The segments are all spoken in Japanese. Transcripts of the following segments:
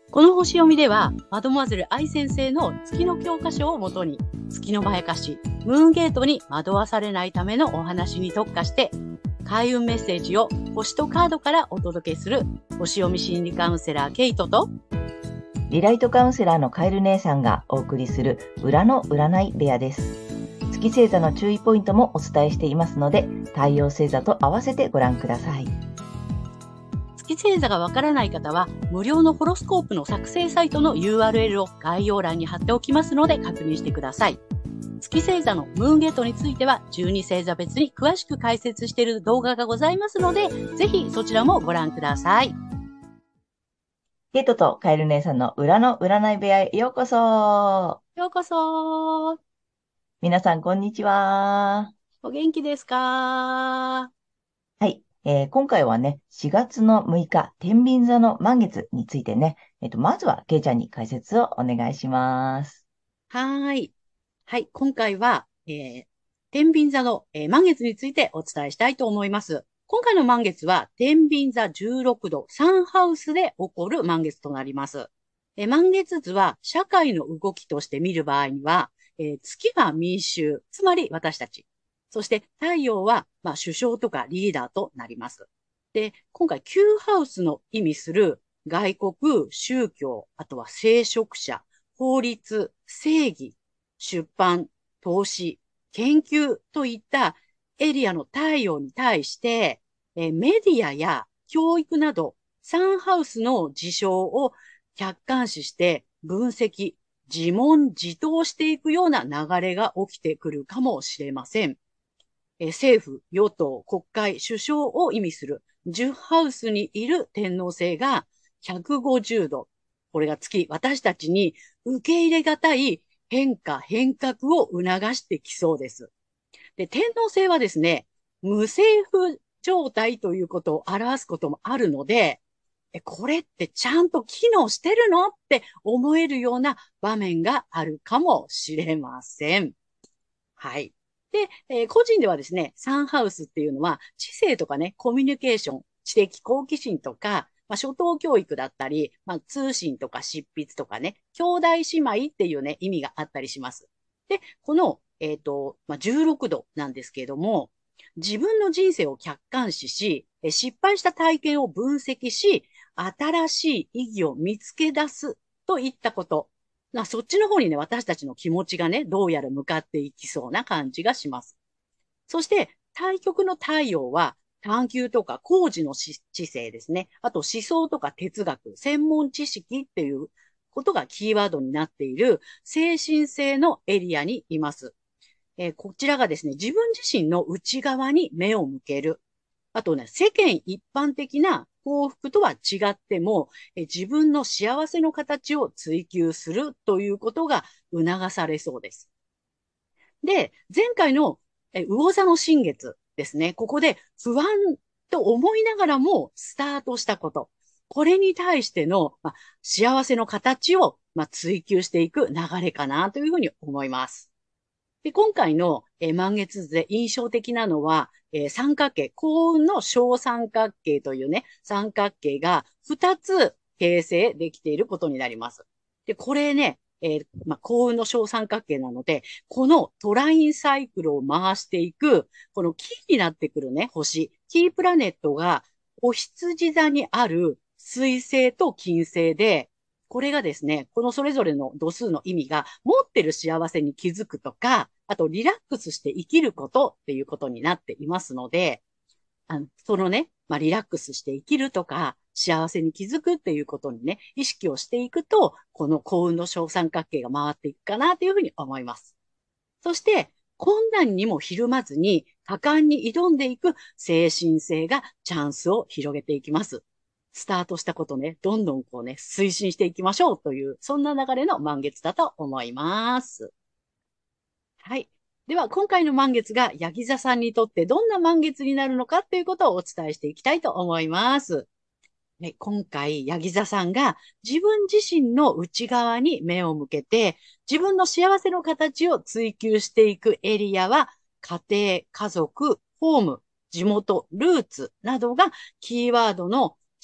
この星読みでは、マドモアゼル愛先生の月の教科書をもとに、月のまやかし、ムーンゲートに惑わされないためのお話に特化して、開運メッセージを星とカードからお届けする、星読み心理カウンセラーケイトと、 リライトカウンセラーのカエル姉さんがお送りする裏の占い部屋です。月星座の注意ポイントもお伝えしていますので、太陽星座と合わせてご覧ください。 月星座がわからない方は、無料のホロスコープの作成サイトの URL を概要欄に貼っておきますので確認してください。月星座のムーンゲートについては、12星座別に詳しく解説している動画がございますので、ぜひそちらもご覧ください。 ケイトとカエル姉さんの裏の占い部屋へようこそ。 ようこそ。 皆さん、こんにちは。 お元気ですか？ はい。今回はね、4月の6日、天秤座の満月についてね、まずはケイちゃんに解説をお願いします。 はい。今回は、天秤座の、満月についてお伝えしたいと思います。今回の満月は、天秤座16度、サンハウスで起こる満月となります。満月図は、社会の動きとして見る場合には、月は民衆、つまり私たち。そして太陽は、首相とかリーダーとなります。で、今回、Q ハウスの意味する外国、宗教、あとは聖職者、法律、正義、出版、投資、研究といったエリアの太陽に対して、メディアや教育など、サンハウスの事象を客観視して分析、自問自答していくような流れが起きてくるかもしれません。政府、与党、国会、首相を意味する10ハウスにいる天王星が150度。これが月、私たちに受け入れがたい変化、変革を促してきそうです。で、天王星はですね、無政府状態ということを表すこともあるので、これってちゃんと機能してるのって思えるような場面があるかもしれません。はい。で、個人ではですね、サンハウスっていうのは、知性とかね、コミュニケーション、知的好奇心とか、初等教育だったり、通信とか執筆とかね、兄弟姉妹っていうね、意味があったりします。で、この、16度なんですけれども、自分の人生を客観視し、失敗した体験を分析し、新しい意義を見つけ出すといったこと。そっちの方にね、私たちの気持ちがね、どうやら向かっていきそうな感じがします。そして、対極の太陽は、探求とか工事の知性ですね。あと思想とか哲学、専門知識っていうことがキーワードになっている精神性のエリアにいます。こちらがですね、自分自身の内側に目を向ける。あとね、世間一般的な幸福とは違っても、自分の幸せの形を追求するということが促されそうです。で、前回の魚座の新月ですね。ここで不安と思いながらもスタートしたこと。これに対しての、幸せの形を、追求していく流れかなというふうに思います。で、今回の、満月図で印象的なのは、三角形、幸運の小三角形というね、三角形が2つ形成できていることになります。で、これね、幸運の小三角形なので、このトラインサイクルを回していく、このキーになってくるね、星、キープラネットが、お羊座にある水星と金星で、これがですね、このそれぞれの度数の意味が、持ってる幸せに気づくとか、あとリラックスして生きることっていうことになっていますので、そのね、リラックスして生きるとか、幸せに気づくっていうことにね、意識をしていくと、この幸運の小三角形が回っていくかなというふうに思います。そして、困難にもひるまずに、果敢に挑んでいく精神性がチャンスを広げていきます。スタートしたことね、どんどんこうね、推進していきましょうという、そんな流れの満月だと思います。はい。では、今回の満月がヤギ座さんにとってどんな満月になるのかということをお伝えしていきたいと思います。今回、ヤギ座さんが自分自身の内側に目を向けて、自分の幸せの形を追求していくエリアは、家庭、家族、ホーム、地元、ルーツなどがキーワードの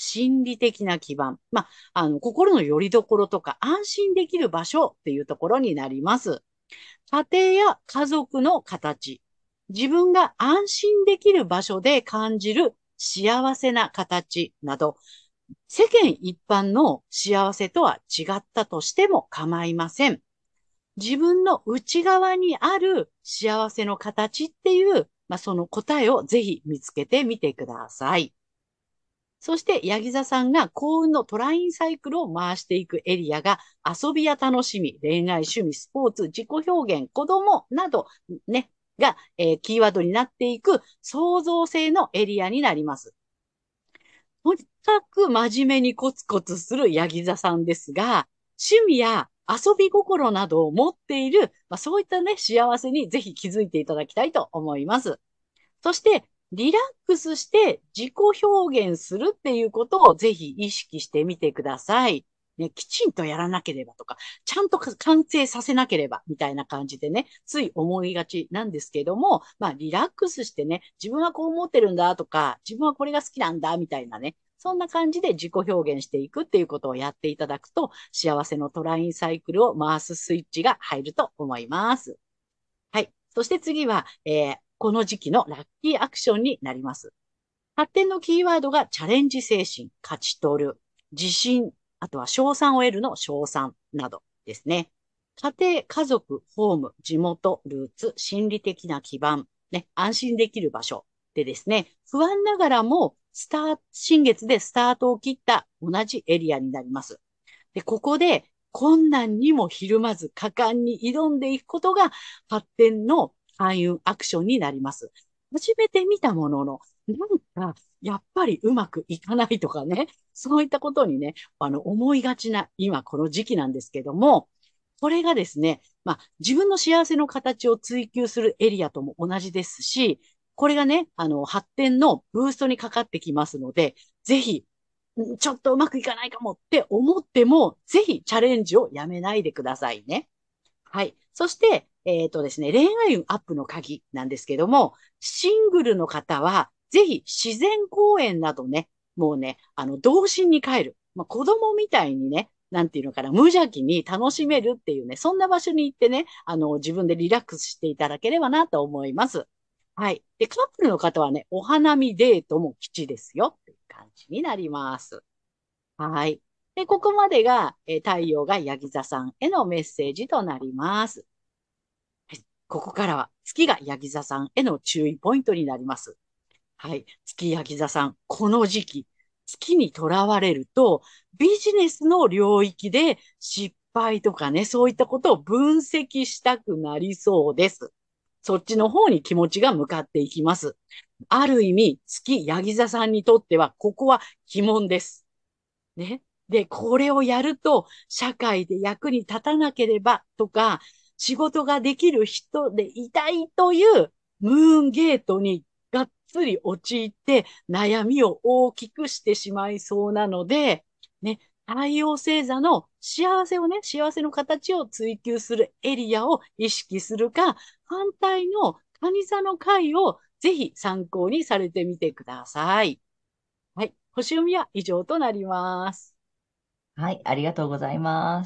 心理的な基盤。心の拠り所とか安心できる場所っていうところになります。家庭や家族の形。自分が安心できる場所で感じる幸せな形など、世間一般の幸せとは違ったとしても構いません。自分の内側にある幸せの形っていう、その答えをぜひ見つけてみてください。そして、ヤギ座さんが幸運のトラインサイクルを回していくエリアが、遊びや楽しみ、恋愛、趣味、スポーツ、自己表現、子供など、ね、が、キーワードになっていく創造性のエリアになります。とにかく真面目にコツコツするヤギ座さんですが、趣味や遊び心などを持っている、そういったね、幸せにぜひ気づいていただきたいと思います。そして、リラックスして自己表現するっていうことをぜひ意識してみてください。ね、きちんとやらなければとか、ちゃんと完成させなければみたいな感じでね、つい思いがちなんですけども、リラックスしてね、自分はこう思ってるんだとか、自分はこれが好きなんだみたいなね、そんな感じで自己表現していくっていうことをやっていただくと、幸せのトラインサイクルを回すスイッチが入ると思います。はい。そして次は、この時期のラッキーアクションになります。発展のキーワードがチャレンジ精神、勝ち取る、自信、あとは賞賛を得るの賞賛などですね。家庭、家族、ホーム、地元、ルーツ、心理的な基盤、ね、安心できる場所でですね、不安ながらも新月でスタートを切った同じエリアになります。で、ここで困難にもひるまず果敢に挑んでいくことが発展の開運アクションになります。初めて見たものの、やっぱりうまくいかないとかね、そういったことにね、思いがちな今この時期なんですけども、これがですね、自分の幸せの形を追求するエリアとも同じですし、これがね、発展のブーストにかかってきますので、ぜひちょっとうまくいかないかもって思っても、ぜひチャレンジをやめないでくださいね。はい。そして、ですね、恋愛運アップの鍵なんですけども、シングルの方は、ぜひ自然公園などね、もうね、童心に帰る。子供みたいにね、なんていうのかな、無邪気に楽しめるっていうね、そんな場所に行ってね、自分でリラックスしていただければなと思います。はい。で、カップルの方はね、お花見デートも吉ですよっていう感じになります。はい。で、ここまでが、太陽がヤギ座さんへのメッセージとなります。はい、ここからは月がヤギ座さんへの注意ポイントになります。はい。月ヤギ座さん、この時期、月にとらわれると、ビジネスの領域で失敗とかね、そういったことを分析したくなりそうです。そっちの方に気持ちが向かっていきます。ある意味、月ヤギ座さんにとっては、ここは鬼門です。ね。で、これをやると、社会で役に立たなければとか、仕事ができる人でいたいというムーンゲートにがっつり陥って悩みを大きくしてしまいそうなので、ね、太陽星座の幸せをね、幸せの形を追求するエリアを意識するか、反対の蟹座の回をぜひ参考にされてみてください。はい。星読みは以上となります。 はい、ありがとうございます。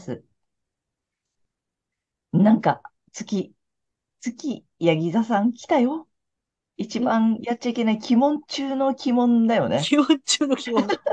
なんか、ヤギ座さん来たよ。一ん番やっちゃいけない鬼門中の鬼門だよね。 気持ちの気持ち。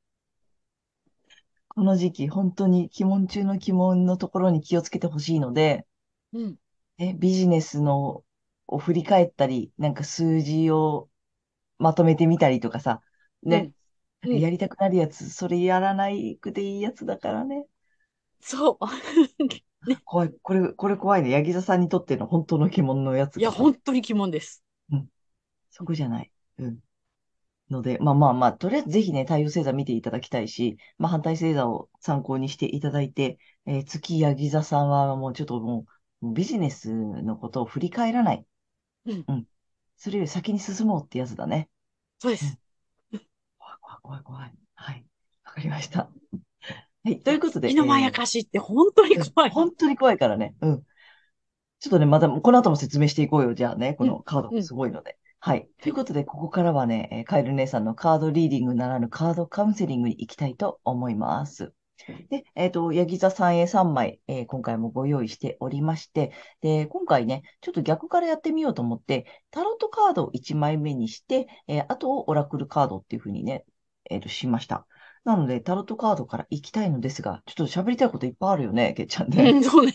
この時期、本当に鬼門中の鬼門のところに気をつけてほしいので、 うん。 ビジネスのを振り返ったり、なんか数字をまとめてみたりとかさ、ね、 うん。うん。 なんかやりたくなるやつ、それやらないくていいやつだからね。 そう。ね。 怖い。これ怖いね。ヤギ座さんにとっての本当の鬼門のやついや、 がさ。 本当に鬼門です。 うん。そこじゃない。うん。ので、とりあえずぜひね、太陽星座見ていただきたいし、反対星座を参考にしていただいて、月ヤギ座さんはもうちょっともうビジネスのことを振り返らない。 うん。 うん。それより先に進もうってやつだね。うん。 そうです。 怖い怖い怖い怖い。はい。わかりました。はい。といや、 いうことで、 月のまやかしって本当に怖い。 本当に怖いからね。うん。ちょっとね、またこの後も説明していこうよ。じゃあね、こうん。 のカードもうん。 すごいので。 はい。ということで、ここからはね、カエル姉さんのカードリーディングならぬカードカウンセリングに行きたいと思います。で、ヤギ座さんへ3枚、今回もご用意しておりまして、で、今回ね、ちょっと逆からやってみようと思って、タロットカードを1枚目にして、あとをオラクルカードっていうふうにね、しました。なので、タロットカードから行きたいのですが、ちょっと喋りたいこといっぱいあるよね、けっちゃんね。 うん、そうね。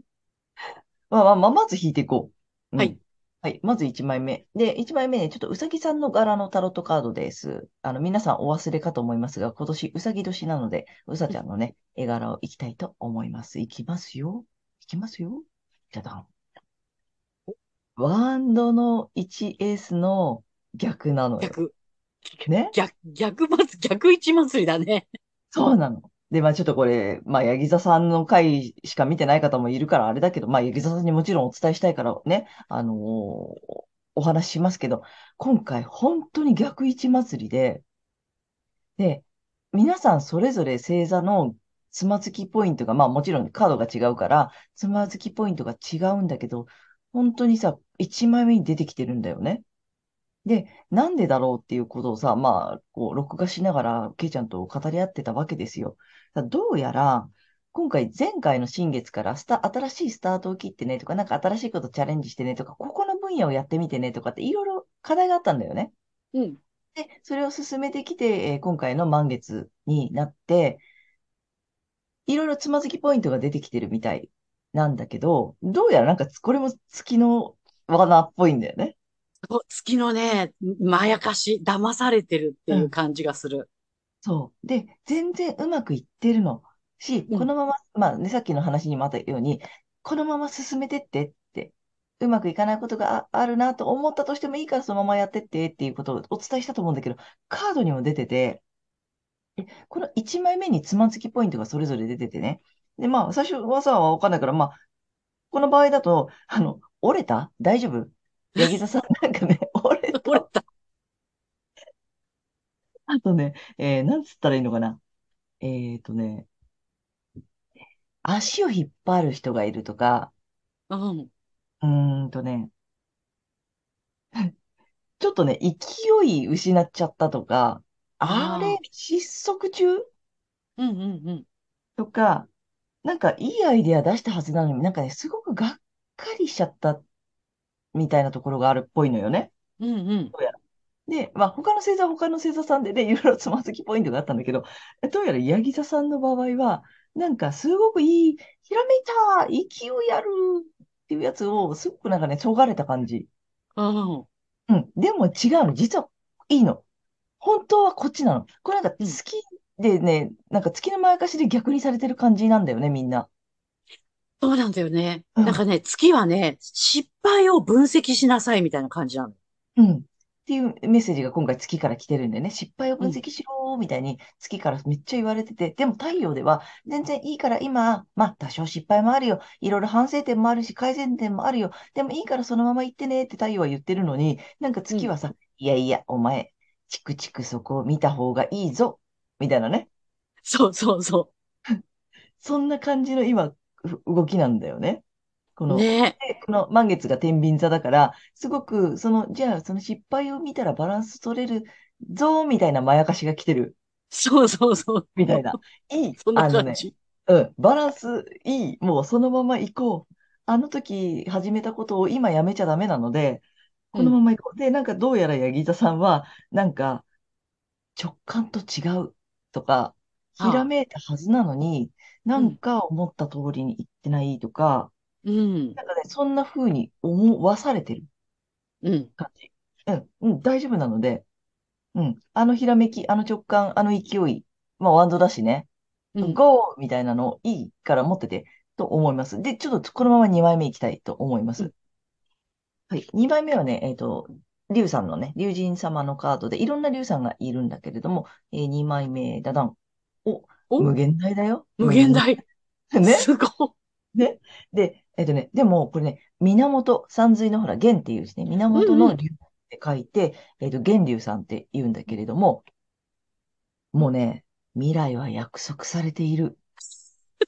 まず引いていこう。うはい。 ん。はい。まず1枚目。で、1枚目ね、ちょっとうさぎさんの柄のタロットカードです。皆さんお忘れかと思いますが、今年うさぎ年なので、うさちゃんのね、絵柄をいきたいと思います。いきますよ。いきますよ。じゃだん。ワンドの1エースの逆なのよ。 逆。 ね。 逆位置祭りだね。 そうなの。で、まあちょっとこれ、まあ、ヤギ座さんの回しか見てない方もいるからあれだけど、まあ、ヤギ座さんにもちろんお伝えしたいからね、お話ししますけど、今回本当に逆位置祭りで、皆さんそれぞれ星座のつまずきポイントが、まあもちろんカードが違うから、つまずきポイントが違うんだけど、本当にさ、1枚目に出てきてるんだよね。で、なんでだろうっていうことをさ、まあ、こう、録画しながら、ケイちゃんと語り合ってたわけですよ。どうやら、今回、前回の新月から新しいスタートを切ってねとか、なんか新しいことチャレンジしてねとか、ここの分野をやってみてねとかって、いろいろ課題があったんだよね。 うん。 で、それを進めてきて、今回の満月になって、いろいろつまずきポイントが出てきてるみたいなんだけど、どうやらなんか、これも月の罠っぽいんだよね。 月のね、まやかし、騙されてるってうん。 いう感じがする。 そう。で、全然うまくいってるの。 うん。 このまま、まあね、さっきの話にもあったように、このまま進めてってって、うまくいかないことがあるなと思ったとしてもいいからそのままやってってっていうことをお伝えしたと思うんだけど、カードにも出てて、この1枚目につまずきポイントがそれぞれ出ててね。で、まあ、最初はさ、わかんないから、まあ、この場合だと、折れた大丈夫ヤギ座さんなんかね、折れた。 折れた。 あとね、なんつったらいいのかな。ね、足を引っ張る人がいるとか、 うん。 うね、ちょっとね、勢い失っちゃったとか、あれ、 ああ。 失速中うんうんうん。 とか、なんかいいアイデア出したはずなのに、なんかね、すごくがっかりしちゃったみたいなところがあるっぽいのよね。 うんうん。 どうやら。で、まあ、他の星座さんでね、いろいろつまずきポイントがあったんだけど、どうやらヤギ座さんの場合は、なんかすごくいい、ひらめいた勢いあるっていうやつを、すごくなんかね、そがれた感じ。 うん。 うん。でも違うの。実はいいの。本当はこっちなの。これなんかうん。 月でね、なんか月のまやかしで逆にされてる感じなんだよね、みんな。 そうなんだよね。 うん。 なんかね、月はね、失敗を分析しなさいみたいな感じなの。 うん。っていうメッセージが今回月から来てるんでね、失敗をうん。 分析しろみたいに月からめっちゃ言われてて、でも太陽では全然いいから今、まあ多少失敗もあるよ。いろいろ反省点もあるし改善点もあるよ。でもいいからそのまま行ってねって太陽は言ってるのに、なんかうん。 月はさ、いやいや、お前、チクチクそこを見た方がいいぞ。みたいなね。 そうそうそそんな感じの今、動きなんだよね。 う。ねえ。 この満月が天秤座だから、すごく、じゃあ、その失敗を見たらバランス取れるぞ、みたいなまやかしが来てる、 そうそうそう。 みたいな。いい、 そんな感じ。 バランスいい、もうそのまま行こう。あの時始めたことを今やめちゃダメなので、このうん。 まま行こう。で、なんかどうやら柳田さんは、なんか直感と違うとか、ひらああ。 めいたはずなのに、なうん。 んか思った通りに行ってないとか、 うん。 なんかね、そんな風に思わされてるうん。 感じ。大丈夫なので、あのひらめき、あの直感、あの勢い、まあワンドだしね、 うん。 ゴーみたいなのいいから持っててと思います。で、ちょっとこのまま2枚目いきたいと思いまうん。 す。はい。2枚目はね、竜さんのね、竜神様のカードで、いろんな竜さんがいるんだけれども、2枚目、ダダン。お、 お、 無限大だよ。 無限大。 ね。 すごね。で、でも、これね、源、山水のほら、源っていう字ね、 い。うんうん。 源の竜って書いて、源竜さんって言うんだけれども、もうね、未来は約束されている。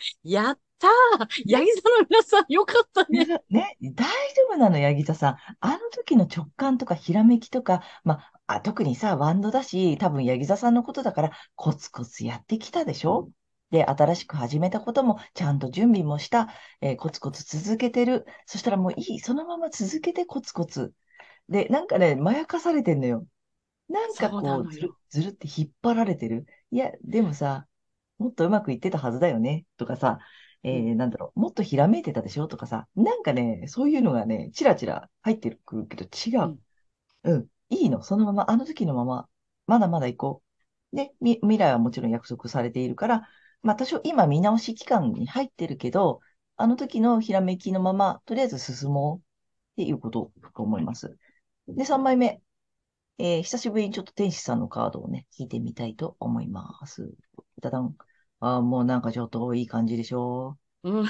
やったー。ヤギ座の皆さん、よかったね。 ね、大丈夫なの、ヤギ座さん。あの時の直感とかひらめきとか、特にさ、ワンドだし、多分ヤギ座さんのことだから、コツコツやってきたでしょ？で、新しく始めたことも、ちゃんと準備もした、コツコツ続けてる。そしたらもういい、そのまま続けてコツコツ。で、なんかね、まやかされてんのよ。なんかそうなこう、 のよ。 ずるって引っ張られてる。いや、でもさ、もっとうまくいってたはずだよね、とかさ、 うん、 なんだろう、もっとひらめいてたでしょとかさ、なんかね、そういうのがね、ちらちら入ってくるけど違う。 うん、 うん、いいの、そのまま、あの時のまま、まだまだ行こう。で、未来はもちろん約束されているから、多少今見直し期間に入ってるけど、あの時のひらめきのまま、とりあえず進もうっていうことと思います。で、3枚目。久しぶりにちょっと天使さんのカードをね、引いてみたいと思います。ダダン。もうなんかちょっといい感じでしょ？ うん。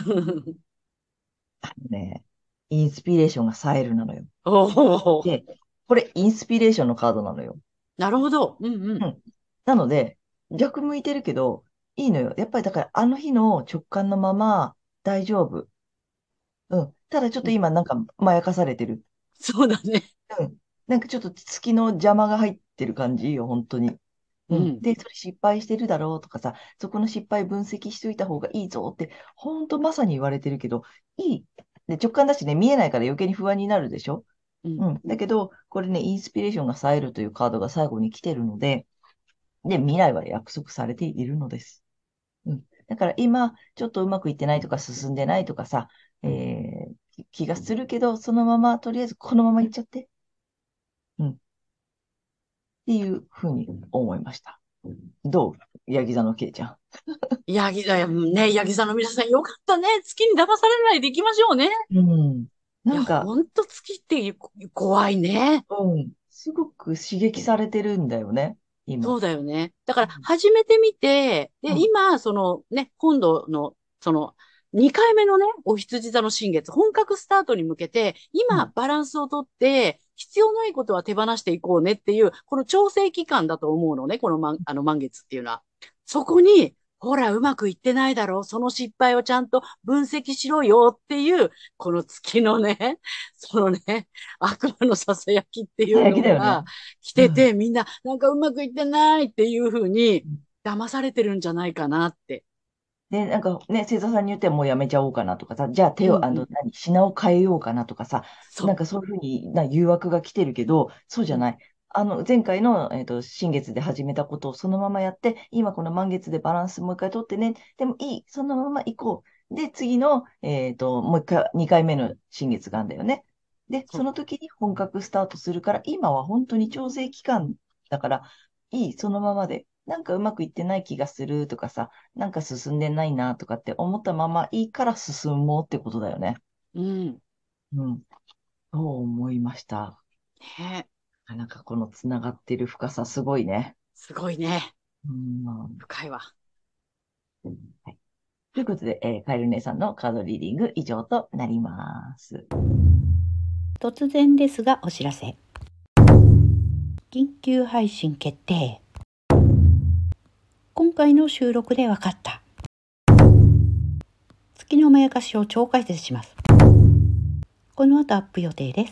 ね、インスピレーションが冴えるなのよ。 おお、 で、これインスピレーションのカードなのよ。 なるほど。うんうん。 うん。なので、逆向いてるけど、いいのよ。やっぱりだからあの日の直感のまま大丈夫。うん。ただちょっうん、 と今なんかまやかされてる。 そうだね。 うん。なんかちょっと月の邪魔が入ってる感じよ、本当に。うん。 うん。 で、それ失敗してるだろうとかさ、そこの失敗分析しといた方がいいぞって、本当まさに言われてるけど、いい。で、直感だしね、見えないから余計に不安になるでしょ？ うん。 うん。だけど、これね、インスピレーションが冴えるというカードが最後に来てるので、で、未来は約束されているのです。うん。だから今、ちょっとうまくいってないとか進んでないとかさ、気がするけど、そのまま、とりあえずこのまま行っちゃって。うん。っていうふうに思いました。どう？ヤギ座のケイちゃん。 ヤギ座の皆さん、よかったね。月に騙されないでいきましょうね。 うん。 いや、 なんか、 ほんと月って怖いね。 うん。すごく刺激されてるんだよね、今。 そうだよね。だから、始めてみて、で、 うん。 今、今度の、2回目のね、お羊座の新月、本格スタートに向けて、今、 うん。 バランスをとって、必要ないことは手放していこうねっていう、この調整期間だと思うのね、この満月っていうのは。そこに、ほら、うまくいってないだろう。その失敗をちゃんと分析しろよっていう、この月のね、そのね、悪魔の囁きっていうさやきだよね。 のが、来うん。 てて、みんな、なんかうまくいってないっていうふうに、騙されてるんじゃないかなって。 で、なんかね、星座さんによってはもうやめちゃおうかなとかさ、じゃあ手を、 うんうん。 品を変えようかなとかさ、なんそかそういうふうに誘惑が来てるけど、そうじう。うん。 ゃない。前回の、新月で始めたことをそのままやって、今この満月でバランスもう一回取ってね。でもいい。そのまま行こう。で、次の、もう一回、2回目の新月があるんだよね。で、 そう。 その時に本格スタートするから、今は本当に調整期間だから、いい。そのままで。なんかうまくいってない気がするとかさ、なんか進んでないなとかって思ったままいいから進もうってことだよね。 うん。 うん。そう思いました。 ね、 なんかこのつながってる深さすごいね。 すごいね。 うん。は深いわ。 い。ということで、カエル姉さんのカードリーディング以上となります。 突然ですがお知らせ。緊急配信決定。今回の収録で分かった。月のまやかしを超解説します。この後アップ予定です。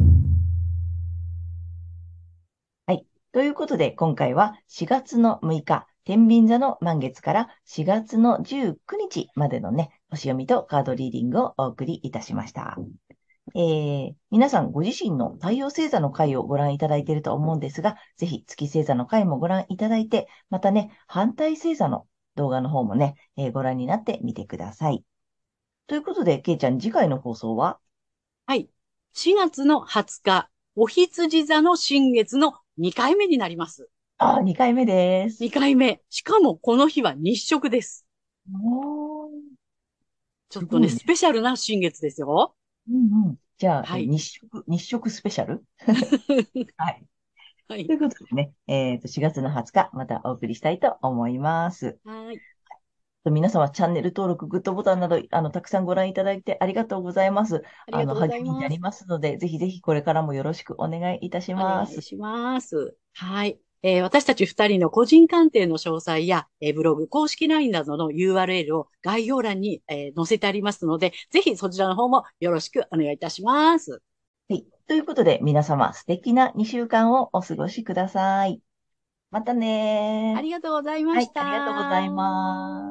はい。ということで、今回は4月の6日、天秤座の満月から4月の19日までのね、星読みとカードリーディングをお送りいたしました。皆さんご自身の太陽星座の回をご覧いただいていると思うんですが、ぜひ月星座の回もご覧いただいて、またね、反対星座の動画の方もね、ご覧になってみてください。ということで、けいちゃん、次回の放送は？ はい。4月の20日、お羊座の新月の2回目になります。 2回目です。 2回目。しかもこの日は日食です。 おー、 ちょっとね、 すごいね。 スペシャルな新月ですよ。 うんうん。じゃあ、 はい。 日食スペシャル。はい。 はい。 ということでね、4月の20日、またお送りしたいと思います。 はい。 皆様、チャンネル登録、グッドボタンなど、たくさんご覧いただいてありがとうございます。 ありがとうござい励みになります。 ますので、ぜひぜひこれからもよろしくお願いいたしお願ます。 いします。はい。 私たち二人の個人鑑定の詳細や、ブログ、公式 LINE などの URL を概要欄に、載せてありますので、ぜひそちらの方もよろしくお願いいたします。 はい。ということで、皆様素敵な2週間をお過ごしください。またねー。 ありがとうございまはい、 しありがとうございた。 ます。